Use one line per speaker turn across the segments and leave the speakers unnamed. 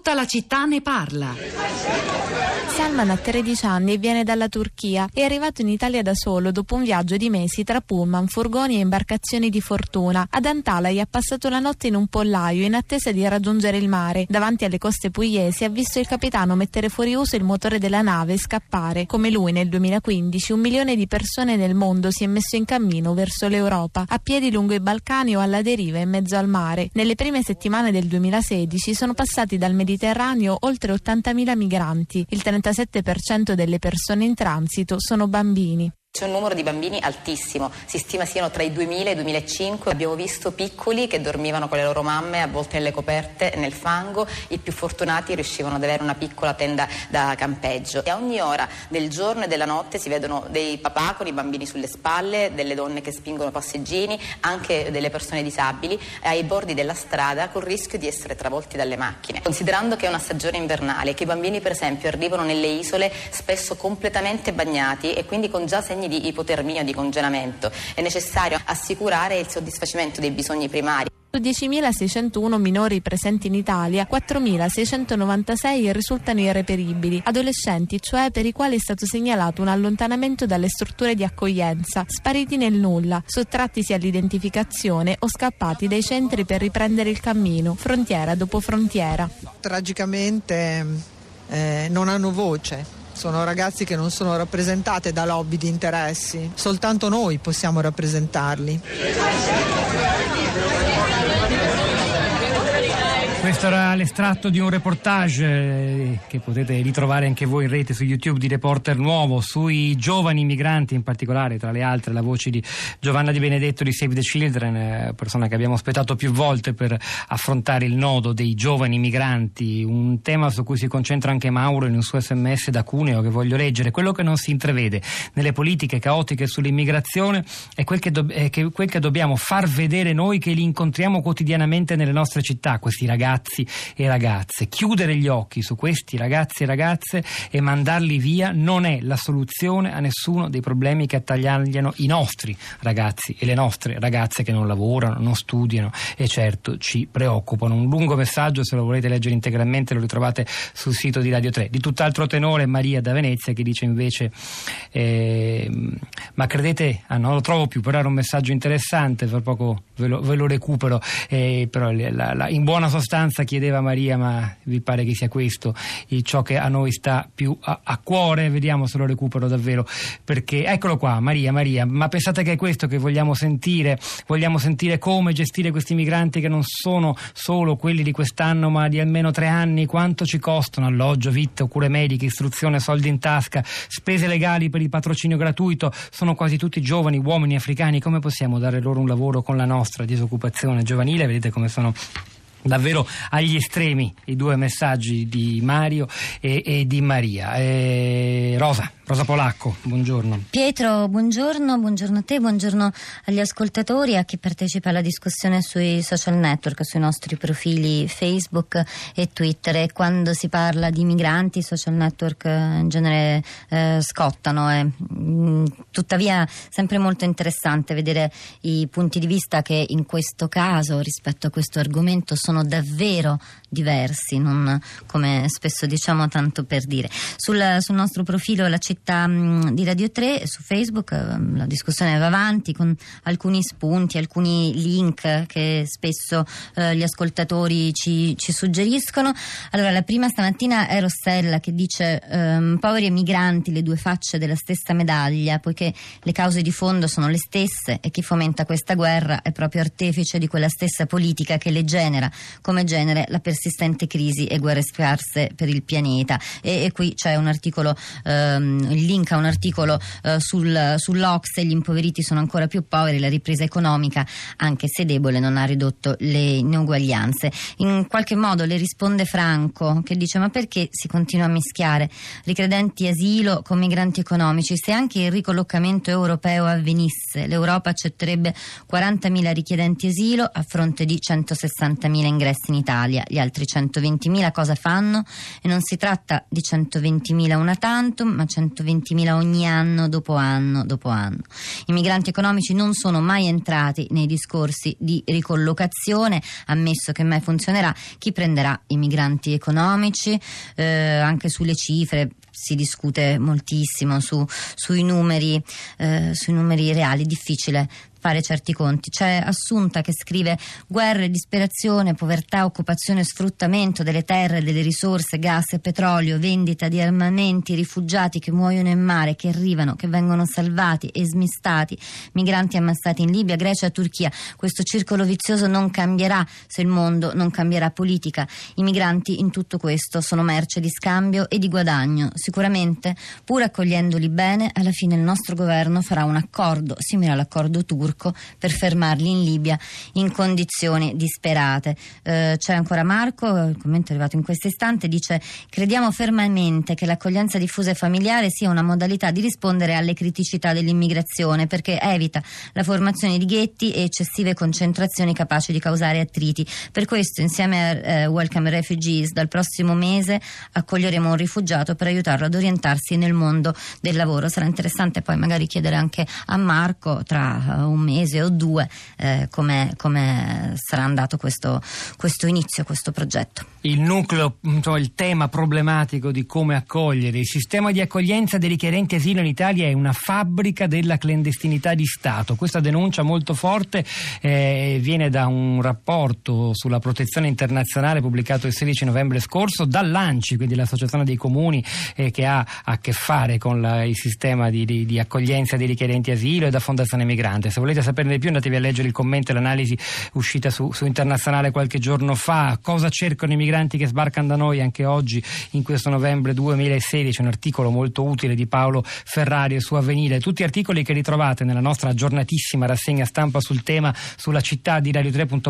Tutta la città ne parla.
Salman ha 13 anni e viene dalla Turchia. È arrivato in Italia da solo dopo un viaggio di mesi tra pullman, furgoni e imbarcazioni di fortuna. Ad Antalya ha passato la notte in un pollaio in attesa di raggiungere il mare. Davanti alle coste pugliesi ha visto il capitano mettere fuori uso il motore della nave e scappare. Come lui nel 2015 1 milione di persone nel mondo si è messo in cammino verso l'Europa, a piedi lungo i Balcani o alla deriva in mezzo al mare. Nelle prime settimane del 2016 sono passati dal Mediterraneo oltre 80.000 migranti. Il 37% delle persone in transito sono bambini.
C'è un numero di bambini altissimo, si stima siano tra i 2000 e i 2005. Abbiamo visto piccoli che dormivano con le loro mamme, a volte nelle coperte, nel fango. I più fortunati riuscivano ad avere una piccola tenda da campeggio. E a ogni ora del giorno e della notte si vedono dei papà con i bambini sulle spalle, delle donne che spingono passeggini, anche delle persone disabili, ai bordi della strada col rischio di essere travolti dalle macchine. Considerando che è una stagione invernale, che i bambini per esempio arrivano nelle isole spesso completamente bagnati e quindi con già segni di ipotermia o di congelamento, è necessario assicurare il soddisfacimento dei bisogni primari.
Su 10.601 minori presenti in Italia, 4.696 risultano irreperibili, adolescenti cioè per i quali è stato segnalato un allontanamento dalle strutture di accoglienza, spariti nel nulla, sottrattisi all'identificazione o scappati dai centri per riprendere il cammino, frontiera dopo frontiera.
Tragicamente non hanno voce. Sono ragazzi che non sono rappresentate da lobby di interessi, soltanto noi possiamo rappresentarli.
Questo era l'estratto di un reportage che potete ritrovare anche voi in rete su YouTube di Reporter Nuovo sui giovani migranti, in particolare tra le altre la voce di Giovanna Di Benedetto di Save the Children, persona che abbiamo aspettato più volte per affrontare il nodo dei giovani migranti, un tema su cui si concentra anche Mauro in un suo SMS da Cuneo che voglio leggere. Quello che non si intravede nelle politiche caotiche sull'immigrazione è quel che dobbiamo far vedere noi che li incontriamo quotidianamente nelle nostre città, questi ragazzi e ragazze. Chiudere gli occhi su questi ragazzi e ragazze e mandarli via non è la soluzione a nessuno dei problemi che attagliano i nostri ragazzi e le nostre ragazze che non lavorano, non studiano e certo ci preoccupano. Un lungo messaggio, se lo volete leggere integralmente lo ritrovate sul sito di Radio 3. Di tutt'altro tenore Maria da Venezia che dice invece ma credete, non lo trovo più, però era un messaggio interessante, fra poco ve lo recupero, però in buona sostanza chiedeva Maria, ma vi pare che sia questo ciò che a noi sta più a cuore? Vediamo se lo recupero davvero, perché eccolo qua. Maria, ma pensate che è questo che vogliamo sentire come gestire questi migranti che non sono solo quelli di quest'anno ma di almeno 3 anni? Quanto ci costano alloggio, vitto, cure mediche, istruzione, soldi in tasca, spese legali per il patrocinio gratuito? Sono quasi tutti giovani, uomini africani. Come possiamo dare loro un lavoro con la nostra disoccupazione giovanile? Vedete come sono davvero agli estremi i due messaggi di Mario e di Maria. Rosa Polacco, buongiorno.
Pietro, buongiorno a te, buongiorno agli ascoltatori e a chi partecipa alla discussione sui social network, sui nostri profili Facebook e Twitter. E quando si parla di migranti i social network in genere scottano. Tuttavia sempre molto interessante vedere i punti di vista che in questo caso rispetto a questo argomento sono davvero diversi, non come spesso diciamo tanto per dire. Sul nostro profilo La Città di Radio 3 su Facebook la discussione va avanti con alcuni spunti, alcuni link che spesso gli ascoltatori ci suggeriscono. Allora, la prima stamattina è Rossella che dice poveri e migranti, le due facce della stessa medaglia, poiché le cause di fondo sono le stesse e chi fomenta questa guerra è proprio artefice di quella stessa politica che le genera, come genere la persistente crisi e guerre sparse per il pianeta. E qui c'è un articolo, il link a un articolo sull'Ocse, gli impoveriti sono ancora più poveri, la ripresa economica anche se debole non ha ridotto le ineguaglianze. In qualche modo le risponde Franco che dice ma perché si continua a mischiare ricredenti asilo con migranti economici? Se anche il ricollocamento europeo avvenisse l'Europa accetterebbe 40.000 richiedenti asilo a fronte di 160.000 ingressi in Italia, gli altri 120.000 cosa fanno? E non si tratta di 120.000 una tantum ma 120.000 soltanto 20.000 ogni anno dopo anno dopo anno. I migranti economici non sono mai entrati nei discorsi di ricollocazione, ammesso che mai funzionerà. Chi prenderà i migranti economici? Anche sulle cifre si discute moltissimo, sui numeri reali. Difficile fare certi conti. C'è Assunta che scrive: guerre, disperazione, povertà, occupazione, sfruttamento delle terre, delle risorse, gas e petrolio, vendita di armamenti, rifugiati che muoiono in mare, che arrivano, che vengono salvati e smistati, migranti ammassati in Libia, Grecia, Turchia. Questo circolo vizioso non cambierà se il mondo non cambierà politica. I migranti in tutto questo sono merce di scambio e di guadagno. Sicuramente, pur accogliendoli bene, alla fine il nostro governo farà un accordo simile all'accordo turco per fermarli in Libia in condizioni disperate. C'è ancora Marco, il commento è arrivato in questo istante, dice: crediamo fermamente che l'accoglienza diffusa e familiare sia una modalità di rispondere alle criticità dell'immigrazione, perché evita la formazione di ghetti e eccessive concentrazioni capaci di causare attriti. Per questo, insieme a Welcome Refugees, dal prossimo mese accoglieremo un rifugiato per aiutarlo ad orientarsi nel mondo del lavoro. Sarà interessante poi magari chiedere anche a Marco tra un mese o due come sarà andato questo inizio, questo progetto.
Il nucleo, il tema problematico di come accogliere. Il sistema di accoglienza dei richiedenti asilo in Italia è una fabbrica della clandestinità di Stato. Questa denuncia molto forte viene da un rapporto sulla protezione internazionale pubblicato il 16 novembre scorso dall'ANCI, quindi l'Associazione dei Comuni che ha a che fare con il sistema di accoglienza dei richiedenti asilo, e da Fondazione Migrante. Se volete saperne di più, andatevi a leggere il commento e l'analisi uscita su Internazionale qualche giorno fa. Cosa cercano i migranti che sbarcano da noi anche oggi in questo novembre 2016, un articolo molto utile di Paolo Ferrari su Avvenire. Tutti articoli che ritrovate nella nostra aggiornatissima rassegna stampa sul tema sulla città di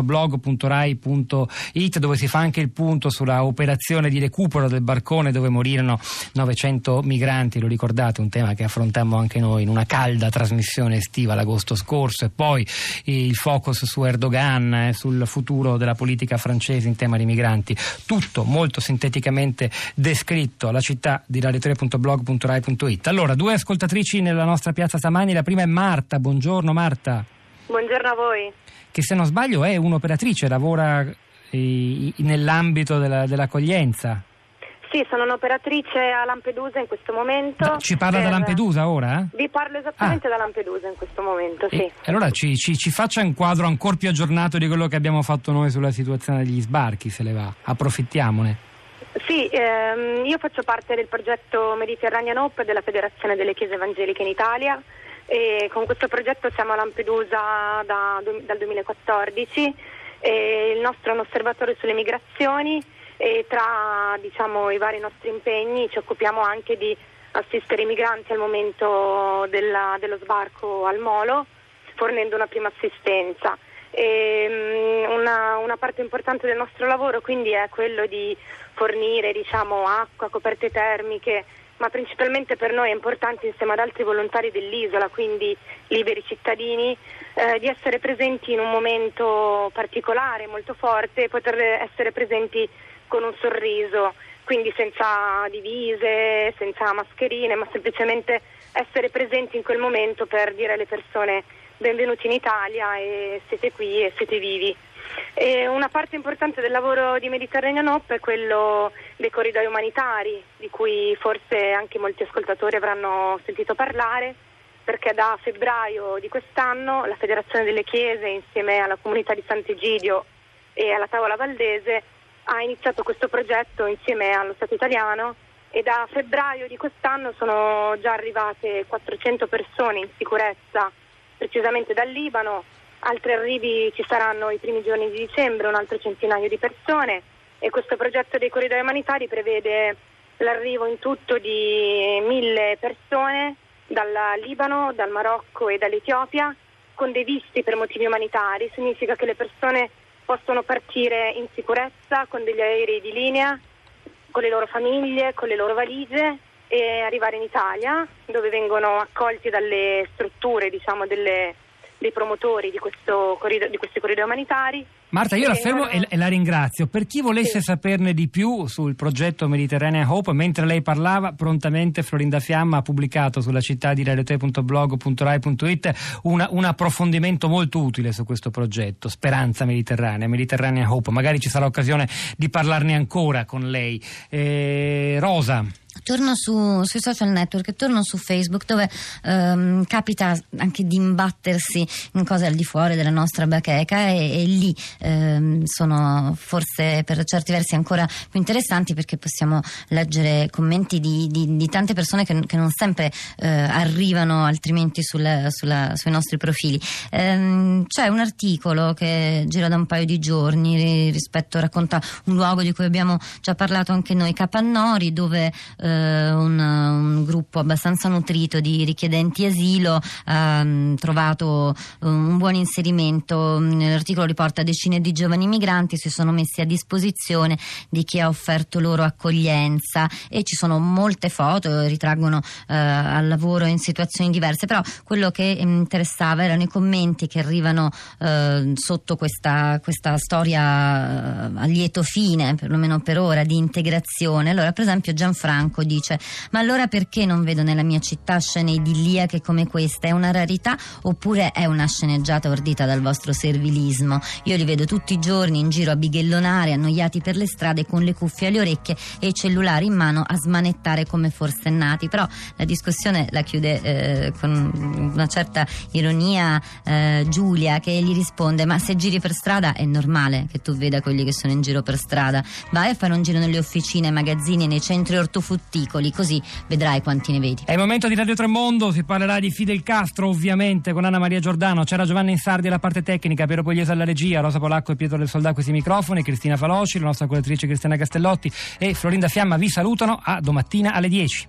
radio3.blog.rai.it, dove si fa anche il punto sulla operazione di recupero del barcone dove morirono 900 migranti. Lo ricordate, un tema che affrontammo anche noi in una calda trasmissione estiva l'agosto scorso, e poi il focus su Erdogan e sul futuro della politica francese in tema di migranti. Tutto molto sinteticamente descritto alla città di radio3.blog.rai.it. Allora, due ascoltatrici nella nostra piazza stamani. La prima è Marta. Buongiorno Marta.
Buongiorno a voi.
Che, se non sbaglio, è un'operatrice, lavora nell'ambito dell'accoglienza.
Sì, sono un'operatrice a Lampedusa in questo momento.
Ci parla da Lampedusa ora?
Vi parlo esattamente da Lampedusa in questo momento, sì.
Allora ci faccia un quadro ancora più aggiornato di quello che abbiamo fatto noi sulla situazione degli sbarchi, se le va. Approfittiamone.
Sì, io faccio parte del progetto Mediterranean Hope della Federazione delle Chiese Evangeliche in Italia, e con questo progetto siamo a Lampedusa dal 2014. Il nostro è un osservatorio sulle migrazioni, e tra i vari nostri impegni ci occupiamo anche di assistere i migranti al momento dello sbarco al molo, fornendo una prima assistenza. Una parte importante del nostro lavoro quindi è quello di fornire acqua, coperte termiche, ma principalmente per noi è importante, insieme ad altri volontari dell'isola, quindi liberi cittadini, di essere presenti in un momento particolare, molto forte, e poter essere presenti con un sorriso, quindi senza divise, senza mascherine, ma semplicemente essere presenti in quel momento per dire alle persone: benvenuti in Italia, e siete qui e siete vivi. E una parte importante del lavoro di Mediterranean Hope è quello dei corridoi umanitari, di cui forse anche molti ascoltatori avranno sentito parlare, perché da febbraio di quest'anno la Federazione delle Chiese, insieme alla comunità di Sant'Egidio e alla Tavola Valdese, ha iniziato questo progetto insieme allo Stato italiano, e da febbraio di quest'anno sono già arrivate 400 persone in sicurezza, precisamente dal Libano. Altri arrivi ci saranno i primi giorni di dicembre, un altro centinaio di persone, e questo progetto dei corridoi umanitari prevede l'arrivo in tutto di 1000 persone dal Libano, dal Marocco e dall'Etiopia, con dei visti per motivi umanitari. Significa che le persone possono partire in sicurezza con degli aerei di linea, con le loro famiglie, con le loro valigie, e arrivare in Italia, dove vengono accolti dalle strutture dei promotori di questi corridoi umanitari.
Marta, io la fermo e la ringrazio. Per chi volesse saperne di più sul progetto Mediterranean Hope, mentre lei parlava, prontamente Florinda Fiamma ha pubblicato sulla città di radiote.blog.rai.it un approfondimento molto utile su questo progetto, Speranza Mediterranea, Mediterranean Hope. Magari ci sarà occasione di parlarne ancora con lei. Rosa.
Torno sui social network, torno su Facebook, dove capita anche di imbattersi in cose al di fuori della nostra bacheca e lì sono forse per certi versi ancora più interessanti, perché possiamo leggere commenti di tante persone che non sempre arrivano altrimenti sui nostri profili. C'è un articolo che gira da un paio di giorni, racconta un luogo di cui abbiamo già parlato anche noi, Capannori, dove un gruppo abbastanza nutrito di richiedenti asilo ha trovato un buon inserimento. L'articolo riporta decine di giovani migranti si sono messi a disposizione di chi ha offerto loro accoglienza, e ci sono molte foto, ritraggono al lavoro in situazioni diverse, però quello che interessava erano i commenti che arrivano sotto questa storia a lieto fine, perlomeno per ora, di integrazione. Allora, per esempio, Gianfranco dice: ma allora perché non vedo nella mia città scene idilliache come questa? È una rarità oppure è una sceneggiata ordita dal vostro servilismo? Io li vedo tutti i giorni in giro a bighellonare, annoiati per le strade, con le cuffie alle orecchie e i cellulari in mano, a smanettare come forsennati. Però la discussione la chiude con una certa ironia Giulia, che gli risponde: ma se giri per strada è normale che tu veda quelli che sono in giro per strada. Vai a fare un giro nelle officine, magazzini, nei centri ortofrutticoli, così vedrai quanti ne vedi.
È il momento di Radio Tremondo, si parlerà di Fidel Castro ovviamente con Anna Maria Giordano. C'era Giovanna Insardi alla parte tecnica, Piero Pogliese alla regia, Rosa Polacco e Pietro del Soldà a questi microfoni, Cristina Faloci, la nostra curatrice Cristiana Castellotti e Florinda Fiamma vi salutano. A domattina alle 10.